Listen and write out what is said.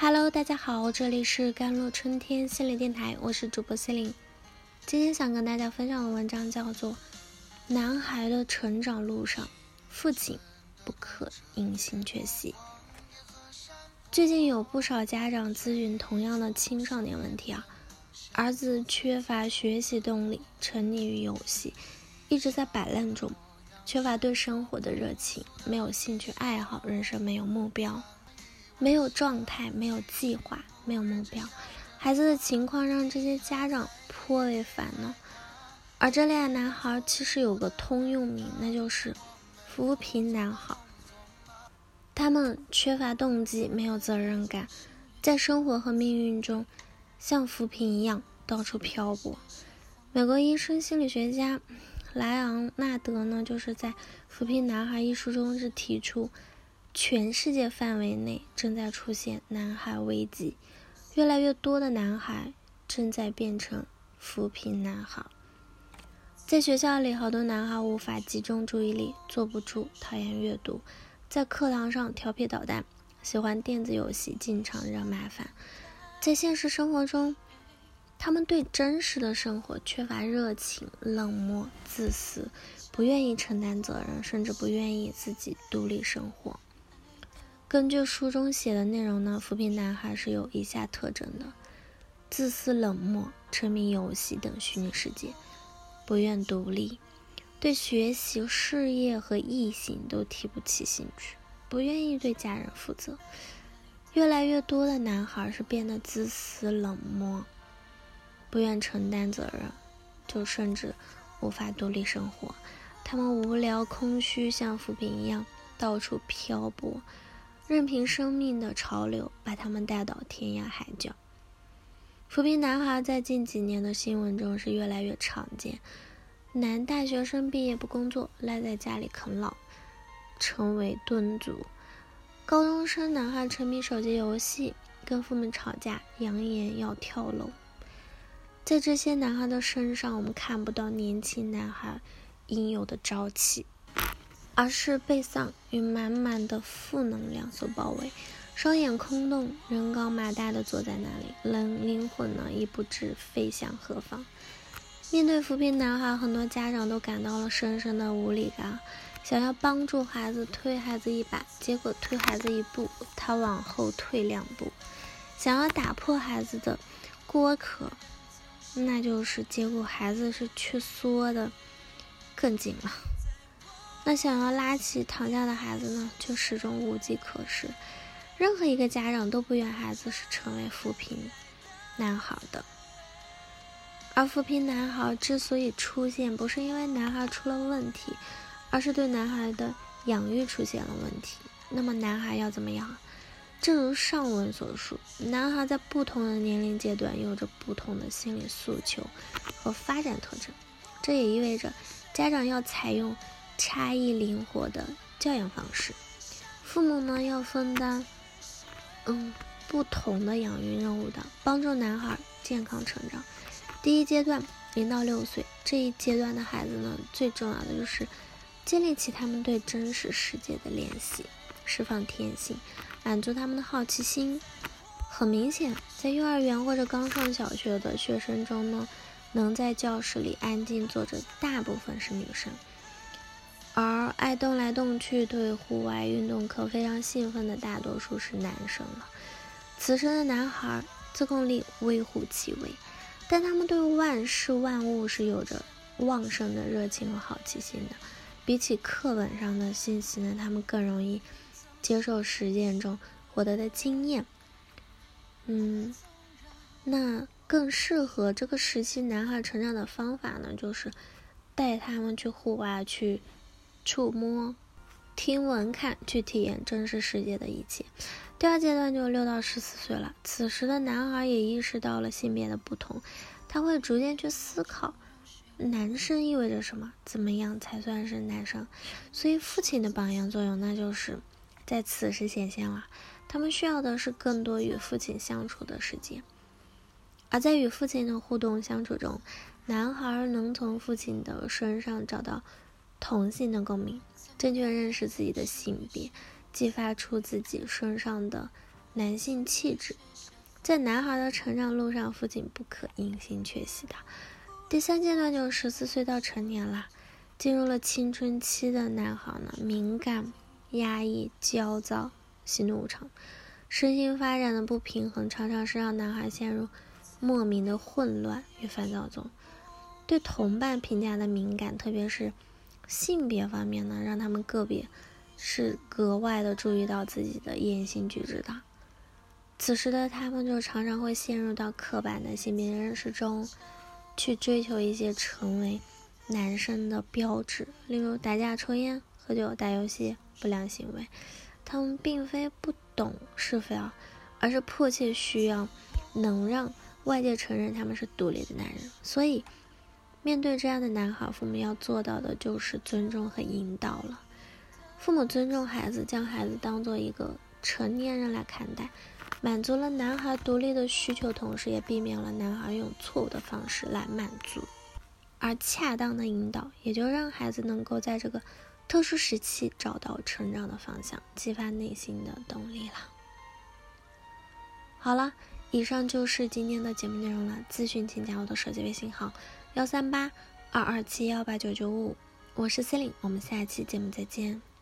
Hello， 大家好，这里是甘露春天心理电台，我是主播心灵。今天想跟大家分享的文章叫做《男孩的成长路上，父亲不可因心缺席》。最近有不少家长咨询同样的青少年问题儿子缺乏学习动力，沉溺于游戏，一直在摆烂中，缺乏对生活的热情，没有兴趣爱好，人生没有目标，没有状态，没有计划，没有目标。孩子的情况让这些家长颇为烦恼。而这俩男孩其实有个通用名，那就是扶贫男孩。他们缺乏动机，没有责任感，在生活和命运中像浮萍一样到处漂泊。美国医生心理学家莱昂纳德呢，就是在《扶贫男孩》一书中是提出，全世界范围内正在出现男孩危机，越来越多的男孩正在变成扶贫男孩。在学校里，好多男孩无法集中注意力，坐不住，讨厌阅读，在课堂上调皮捣蛋，喜欢电子游戏，经常惹麻烦。在现实生活中，他们对真实的生活缺乏热情，冷漠，自私，不愿意承担责任，甚至不愿意自己独立生活。根据书中写的内容呢，扶贫男孩是有以下特征的：自私冷漠，沉迷游戏等虚拟世界，不愿独立，对学习、事业和异性都提不起兴趣，不愿意对家人负责。越来越多的男孩是变得自私冷漠，不愿承担责任，就甚至无法独立生活。他们无聊空虚，像浮萍一样到处漂泊，任凭生命的潮流把他们带到天涯海角。扶贫男孩在近几年的新闻中是越来越常见，男大学生毕业不工作，赖在家里啃老，成为蹲族。高中生男孩沉迷手机游戏，跟父母吵架，扬言要跳楼。在这些男孩的身上，我们看不到年轻男孩应有的朝气，而是被丧与满满的负能量所包围，双眼空洞，人高马大的坐在那里，灵魂呢亦不知飞向何方。面对扶贫男孩，很多家长都感到了深深的无力感，想要帮助孩子，推孩子一把，结果推孩子一步，他往后退2步；想要打破孩子的锅壳，那就是结果孩子是却缩的更紧了。那想要拉起躺下的孩子呢，就始终无计可施。任何一个家长都不愿孩子是成为扶贫男孩的。而扶贫男孩之所以出现，不是因为男孩出了问题，而是对男孩的养育出现了问题。那么男孩要怎么样？正如上文所述，男孩在不同的年龄阶段有着不同的心理诉求和发展特征，这也意味着家长要采用差异灵活的教养方式，父母呢要分担不同的养育任务的，帮助男孩健康成长。第一阶段0到6岁，这一阶段的孩子呢，最重要的就是建立起他们对真实世界的联系，释放天性，满足他们的好奇心。很明显，在幼儿园或者刚上小学的学生中呢，能在教室里安静坐着大部分是女生，而爱动来动去，对户外运动课非常兴奋的大多数是男生了。此时的男孩自控力微乎其微，但他们对万事万物是有着旺盛的热情和好奇心的。比起课本上的信息呢，他们更容易接受实践中获得的经验。那更适合这个时期男孩成长的方法呢，就是带他们去户外，去触摸、听闻看，去体验真实世界的一切。第二阶段就6到14岁了，此时的男孩也意识到了性别的不同，他会逐渐去思考男生意味着什么，怎么样才算是男生。所以父亲的榜样作用那就是在此时显现了，他们需要的是更多与父亲相处的时间。而在与父亲的互动相处中，男孩能从父亲的身上找到同性的共鸣，正确认识自己的性别，激发出自己身上的男性气质。在男孩的成长路上，父亲不可因心缺席的。第3阶段就是14岁到成年啦，进入了青春期的男孩呢，敏感、压抑、焦躁、喜怒无常，身心发展的不平衡，常常是让男孩陷入莫名的混乱与烦躁中。对同伴评价的敏感，特别是性别方面呢，让他们个别是格外的注意到自己的言行举止的。此时的他们就常常会陷入到刻板的性别认识中，去追求一些成为男生的标志，例如打架、抽烟、喝酒、打游戏、不良行为。他们并非不懂是非而是迫切需要能让外界承认他们是独立的男人。所以面对这样的男孩，父母要做到的就是尊重和引导了。父母尊重孩子，将孩子当做一个成年人来看待，满足了男孩独立的需求，同时也避免了男孩用错误的方式来满足。而恰当的引导，也就让孩子能够在这个特殊时期找到成长的方向，激发内心的动力了。好了，以上就是今天的节目内容了。咨询请加我的手机微信号13822718995，我是Celine，我们下期节目再见。